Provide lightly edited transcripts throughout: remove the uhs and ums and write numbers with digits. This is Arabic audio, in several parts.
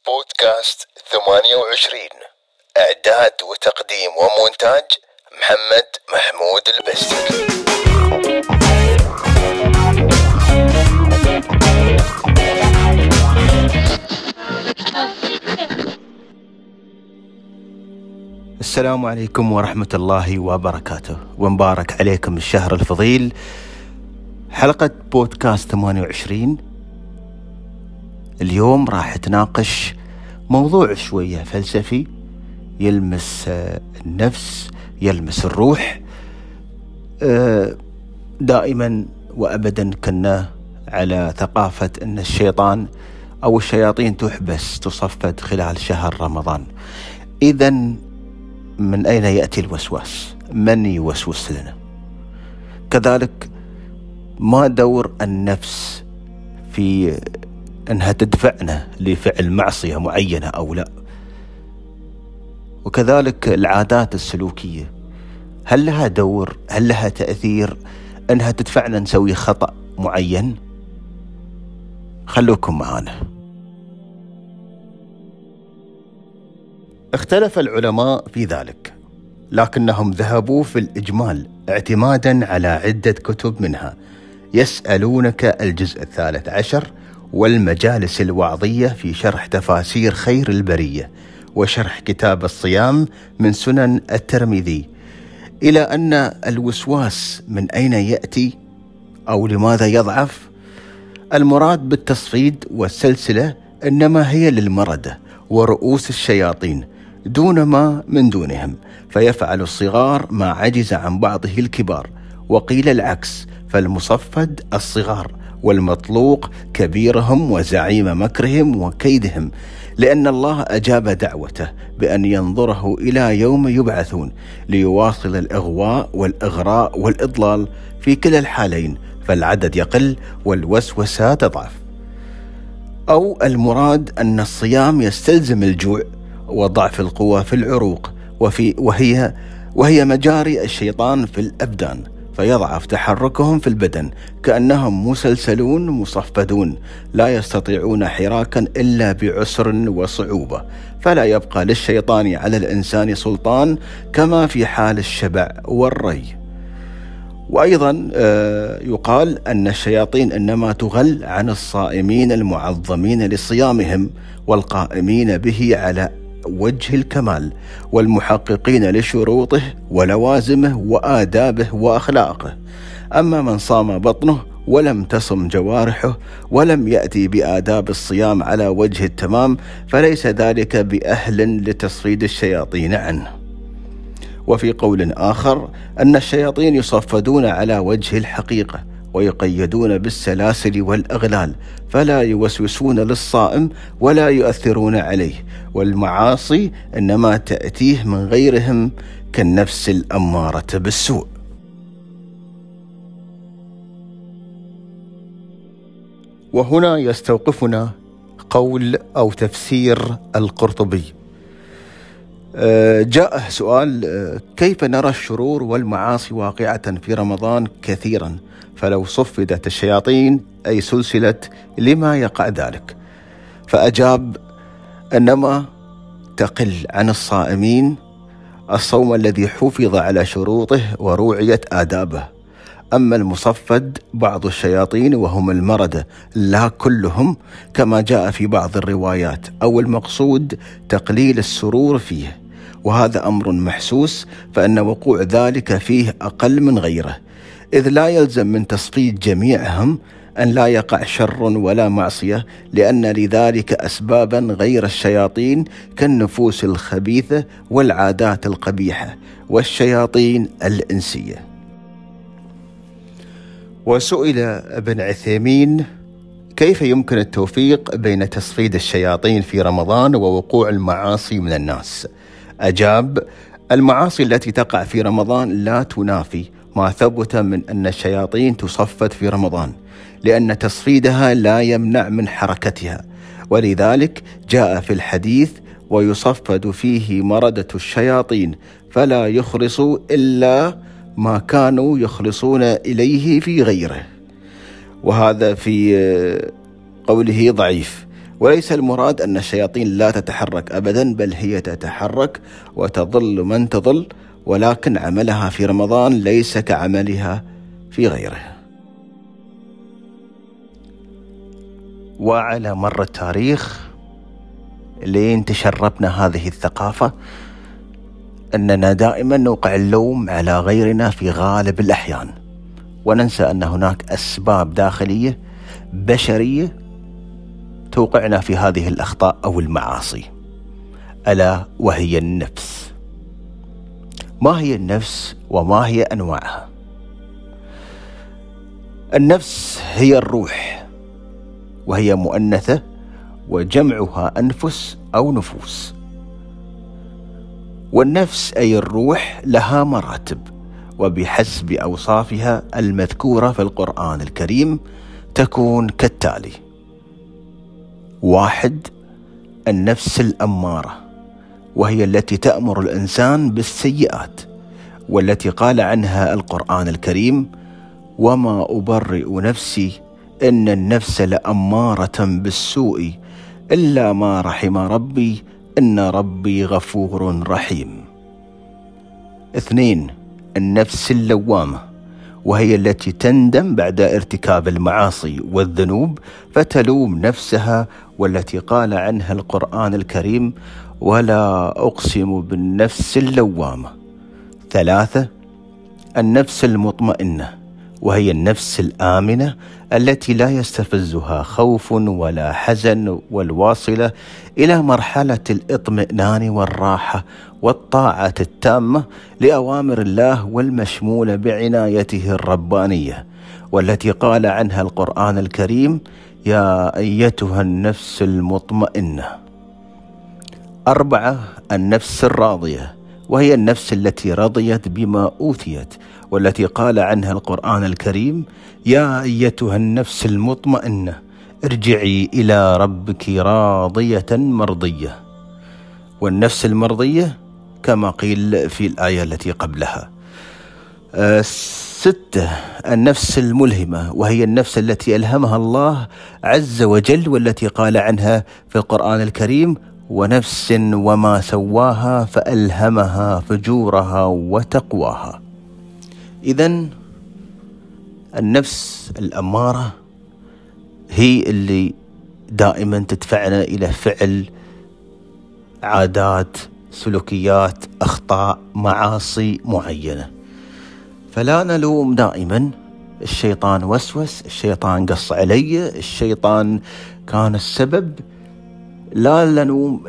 بودكاست 28. إعداد وتقديم ومونتاج محمد محمود البستي. السلام عليكم ورحمة الله وبركاته، ومبارك عليكم الشهر الفضيل. حلقة بودكاست 28 اليوم راح تناقش موضوع شوية فلسفي يلمس النفس، يلمس الروح. دائما وأبدا كنا على ثقافة أن الشيطان أو الشياطين تحبس تصفد خلال شهر رمضان. إذن من أين يأتي الوسواس؟ من يوسوس لنا؟ كذلك ما دور النفس في أنها تدفعنا لفعل معصية معينة أو لا؟ وكذلك العادات السلوكية، هل لها دور؟ هل لها تأثير أنها تدفعنا نسوي خطأ معين؟ خلوكم معنا. اختلف العلماء في ذلك، لكنهم ذهبوا في الإجمال اعتمادا على عدة كتب، منها يسألونك الجزء 13 والمجالس الوعظية في شرح تفاسير خير البرية وشرح كتاب الصيام من سنن الترمذي، إلى أن الوسواس من أين يأتي أو لماذا يضعف. المراد بالتصفيد والسلسلة إنما هي للمردة ورؤوس الشياطين دون ما من دونهم، فيفعل الصغار ما عجز عن بعضه الكبار، وقيل العكس، فالمصفد الصغار والمطلوق كبيرهم وزعيم مكرهم وكيدهم، لأن الله أجاب دعوته بأن ينظره إلى يوم يبعثون ليواصل الإغواء والإغراء والإضلال. في كلا الحالين فالعدد يقل والوسوسة تضعف. أو المراد أن الصيام يستلزم الجوع وضعف القوة في العروق، وهي مجاري الشيطان في الأبدان، فيضعف تحركهم في البدن كأنهم مسلسلون مصفدون لا يستطيعون حراكا إلا بعسر وصعوبة، فلا يبقى للشيطان على الإنسان سلطان كما في حال الشبع والري. وأيضا يقال أن الشياطين إنما تغل عن الصائمين المعظمين لصيامهم والقائمين به على وجه الكمال والمحققين لشروطه ولوازمه وآدابه وأخلاقه. أما من صام بطنه ولم تصم جوارحه ولم يأتي بآداب الصيام على وجه التمام فليس ذلك بأهل لتصفيد الشياطين عنه. وفي قول آخر أن الشياطين يصفدون على وجه الحقيقة ويقيدون بالسلاسل والأغلال، فلا يوسوسون للصائم ولا يؤثرون عليه، والمعاصي إنما تأتيه من غيرهم كالنفس الأمارة بالسوء. وهنا يستوقفنا قول أو تفسير القرطبي. جاء سؤال: كيف نرى الشرور والمعاصي واقعة في رمضان كثيرا، فلو صفدت الشياطين أي سلسلت لما يقع ذلك؟ فأجاب: إنما تقل عن الصائمين الصوم الذي حفظ على شروطه وروعية آدابه. أما المصفد بعض الشياطين وهم المردة لا كلهم كما جاء في بعض الروايات، أو المقصود تقليل السرور فيه، وهذا أمر محسوس، فإن وقوع ذلك فيه أقل من غيره، إذ لا يلزم من تصفيد جميعهم أن لا يقع شر ولا معصية، لأن لذلك أسبابا غير الشياطين كالنفوس الخبيثة والعادات القبيحة والشياطين الإنسية. وسئل ابن عثيمين: كيف يمكن التوفيق بين تصفيد الشياطين في رمضان ووقوع المعاصي من الناس؟ أجاب: المعاصي التي تقع في رمضان لا تنافي ما ثبت من أن الشياطين تصفد في رمضان، لأن تصفيدها لا يمنع من حركتها، ولذلك جاء في الحديث: ويصفد فيه مردة الشياطين فلا يخلصوا إلا ما كانوا يخلصون إليه في غيره. وهذا في قوله ضعيف. وليس المراد أن الشياطين لا تتحرك أبدا، بل هي تتحرك وتظل من تظل، ولكن عملها في رمضان ليس كعملها في غيره. وعلى مر التاريخ لين تشربنا هذه الثقافة أننا دائما نوقع اللوم على غيرنا في غالب الأحيان، وننسى أن هناك أسباب داخلية بشرية توقعنا في هذه الأخطاء أو المعاصي، ألا وهي النفس. ما هي النفس وما هي أنواعها؟ النفس هي الروح، وهي مؤنثة وجمعها أنفس أو نفوس. والنفس أي الروح لها مراتب، وبحسب أوصافها المذكورة في القرآن الكريم تكون كالتالي: 1. النفس الأمارة، وهي التي تأمر الإنسان بالسيئات، والتي قال عنها القرآن الكريم: وما أبرئ نفسي إن النفس لأمارة بالسوء إلا ما رحم ربي إن ربي غفور رحيم. 2. النفس اللوامة، وهي التي تندم بعد ارتكاب المعاصي والذنوب فتلوم نفسها، والتي قال عنها القرآن الكريم: ولا أقسم بالنفس اللوامة. 3. النفس المطمئنة، وهي النفس الآمنة التي لا يستفزها خوف ولا حزن، والواصلة إلى مرحلة الإطمئنان والراحة والطاعة التامة لأوامر الله، والمشمولة بعنايته الربانية، والتي قال عنها القرآن الكريم: يا أيتها النفس المطمئنة. 4. النفس الراضية، وهي النفس التي رضيت بما أوتيت، والتي قال عنها القرآن الكريم: يا أيتها النفس المطمئنة ارجعي إلى ربك راضية مرضية. والنفس المرضية كما قيل في الآية التي قبلها. 6. النفس الملهمة، وهي النفس التي ألهمها الله عز وجل، والتي قال عنها في القرآن الكريم: ونفس وما سواها فألهمها فجورها وتقواها. إذن النفس الأمارة هي اللي دائما تدفعنا إلى فعل عادات، سلوكيات، أخطاء، معاصي معينة. فلا نلوم دائما الشيطان وسوس، الشيطان قص علي، الشيطان كان السبب. لا نلوم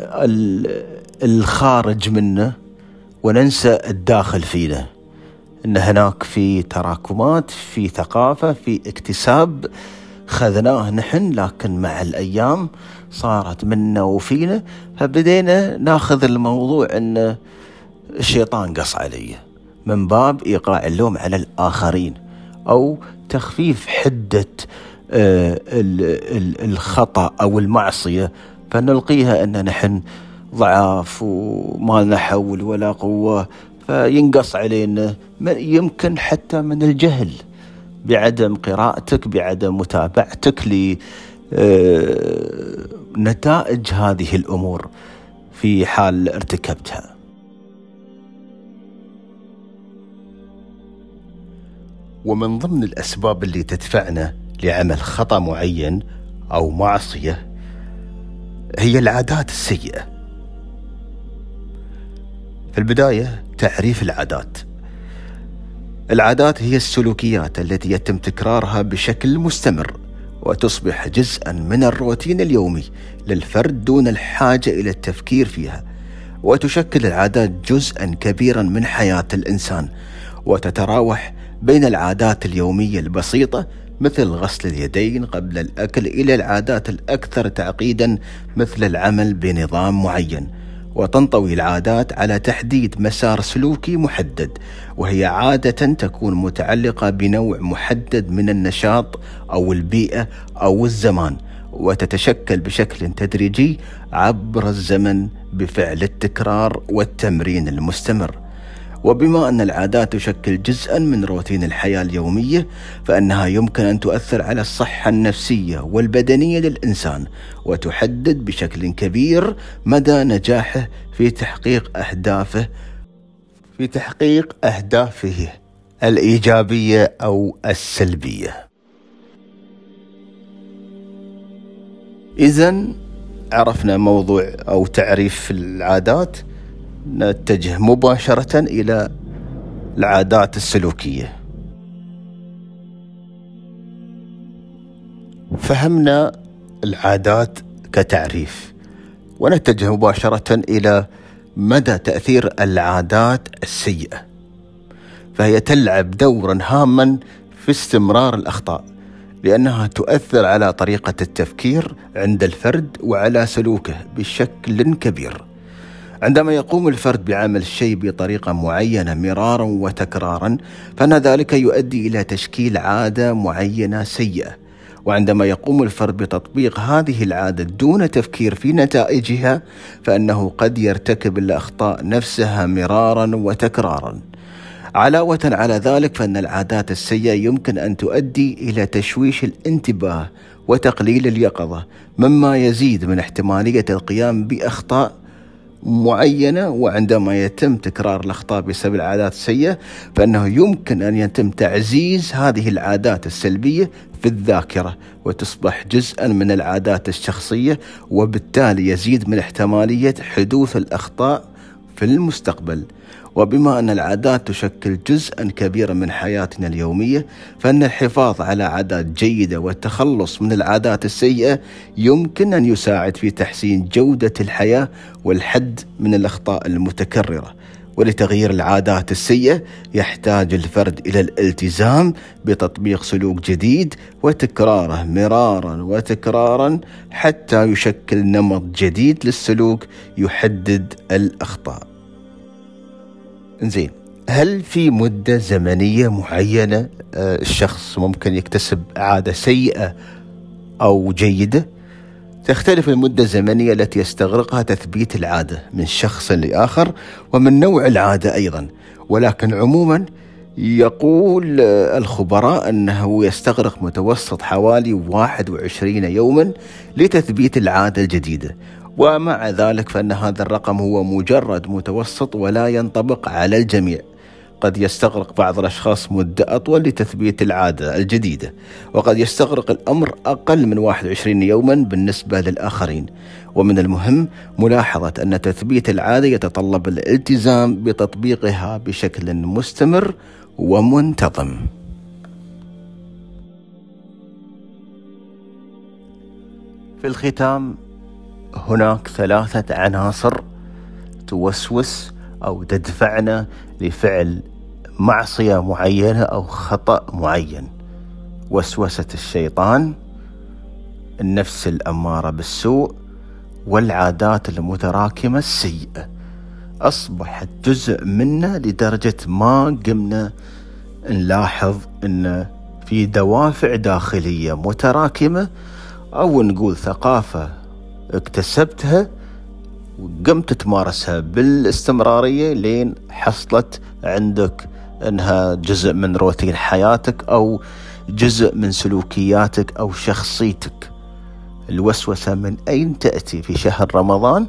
الخارج منه وننسى الداخل فينا، إن هناك في تراكمات، في ثقافة، في اكتساب خذناه نحن، لكن مع الأيام صارت منا وفينا، فبدينا ناخذ الموضوع أن الشيطان قص علي، من باب إيقاع اللوم على الآخرين أو تخفيف حدة الخطأ أو المعصية، فنلقيها أن نحن ضعاف وما لنا حول ولا قوة، فينقص علينا. يمكن حتى من الجهل، بعدم قراءتك، بعدم متابعتك لنتائج هذه الأمور في حال ارتكبتها. ومن ضمن الأسباب اللي تدفعنا لعمل خطأ معين أو معصية هي العادات السيئة. في البداية تعريف العادات. العادات هي السلوكيات التي يتم تكرارها بشكل مستمر وتصبح جزءا من الروتين اليومي للفرد دون الحاجة إلى التفكير فيها، وتشكل العادات جزءا كبيرا من حياة الإنسان، وتتراوح بين العادات اليومية البسيطة مثل غسل اليدين قبل الأكل إلى العادات الأكثر تعقيدا مثل العمل بنظام معين، وتنطوي العادات على تحديد مسار سلوكي محدد، وهي عادة تكون متعلقة بنوع محدد من النشاط أو البيئة أو الزمان، وتتشكل بشكل تدريجي عبر الزمن بفعل التكرار والتمرين المستمر. وبما أن العادات تشكل جزءا من روتين الحياة اليومية، فإنها يمكن أن تؤثر على الصحة النفسية والبدنية للإنسان، وتحدد بشكل كبير مدى نجاحه في تحقيق أهدافه الإيجابية أو السلبية. إذن عرفنا موضوع أو تعريف العادات، نتجه مباشرة إلى العادات السلوكية. فهمنا العادات كتعريف، ونتجه مباشرة إلى مدى تأثير العادات السيئة. فهي تلعب دورا هاما في استمرار الأخطاء، لأنها تؤثر على طريقة التفكير عند الفرد وعلى سلوكه بشكل كبير. عندما يقوم الفرد بعمل الشيء بطريقة معينة مرارا وتكرارا، فإن ذلك يؤدي إلى تشكيل عادة معينة سيئة. وعندما يقوم الفرد بتطبيق هذه العادة دون تفكير في نتائجها، فإنه قد يرتكب الأخطاء نفسها مرارا وتكرارا. علاوة على ذلك، فإن العادات السيئة يمكن أن تؤدي إلى تشويش الانتباه وتقليل اليقظة، مما يزيد من احتمالية القيام بأخطاء معينة. وعندما يتم تكرار الأخطاء بسبب العادات السيئة، فإنه يمكن أن يتم تعزيز هذه العادات السلبية في الذاكرة، وتصبح جزءا من العادات الشخصية، وبالتالي يزيد من احتمالية حدوث الأخطاء في المستقبل. وبما أن العادات تشكل جزءا كبيرا من حياتنا اليومية، فإن الحفاظ على عادات جيدة والتخلص من العادات السيئة يمكن أن يساعد في تحسين جودة الحياة والحد من الأخطاء المتكررة. ولتغيير العادات السيئة يحتاج الفرد إلى الالتزام بتطبيق سلوك جديد وتكراره مرارا وتكرارا حتى يشكل نمط جديد للسلوك يحدد الأخطاء. إنزين، هل في مدة زمنية معينة الشخص ممكن يكتسب عادة سيئة أو جيدة؟ تختلف المدة الزمنية التي يستغرقها تثبيت العادة من شخص لآخر، ومن نوع العادة أيضا. ولكن عموما يقول الخبراء أنه يستغرق متوسط حوالي 21 يوما لتثبيت العادة الجديدة. ومع ذلك فإن هذا الرقم هو مجرد متوسط ولا ينطبق على الجميع. قد يستغرق بعض الأشخاص مدة أطول لتثبيت العادة الجديدة، وقد يستغرق الأمر أقل من 21 يوما بالنسبة للآخرين. ومن المهم ملاحظة أن تثبيت العادة يتطلب الالتزام بتطبيقها بشكل مستمر ومنتظم. في الختام، هناك 3 عناصر توسوس أو تدفعنا لفعل معصية معينة أو خطأ معين: وسوسة الشيطان، النفس الأمارة بالسوء، والعادات المتراكمة السيئة. أصبحت جزء منا لدرجة ما قمنا نلاحظ أن في دوافع داخلية متراكمة، أو نقول ثقافة اكتسبتها وقمت تمارسها بالاستمرارية لين حصلت عندك انها جزء من روتين حياتك او جزء من سلوكياتك او شخصيتك. الوسوسة من اين تأتي في شهر رمضان؟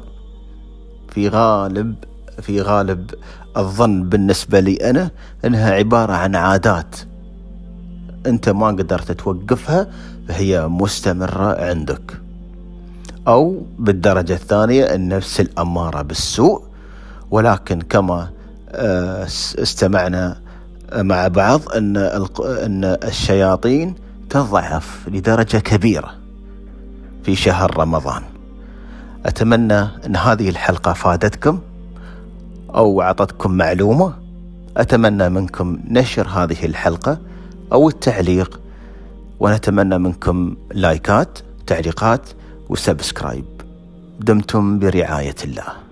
في غالب الظن بالنسبة لي انا انها عبارة عن عادات انت ما قدرت توقفها، فهي مستمرة عندك. أو بالدرجة الثانية النفس الأمارة بالسوء، ولكن كما استمعنا مع بعض أن الشياطين تضعف لدرجة كبيرة في شهر رمضان. أتمنى أن هذه الحلقة فادتكم أو أعطتكم معلومة. أتمنى منكم نشر هذه الحلقة أو التعليق، ونتمنى منكم لايكات، تعليقات وسبسكرايب. دمتم برعاية الله.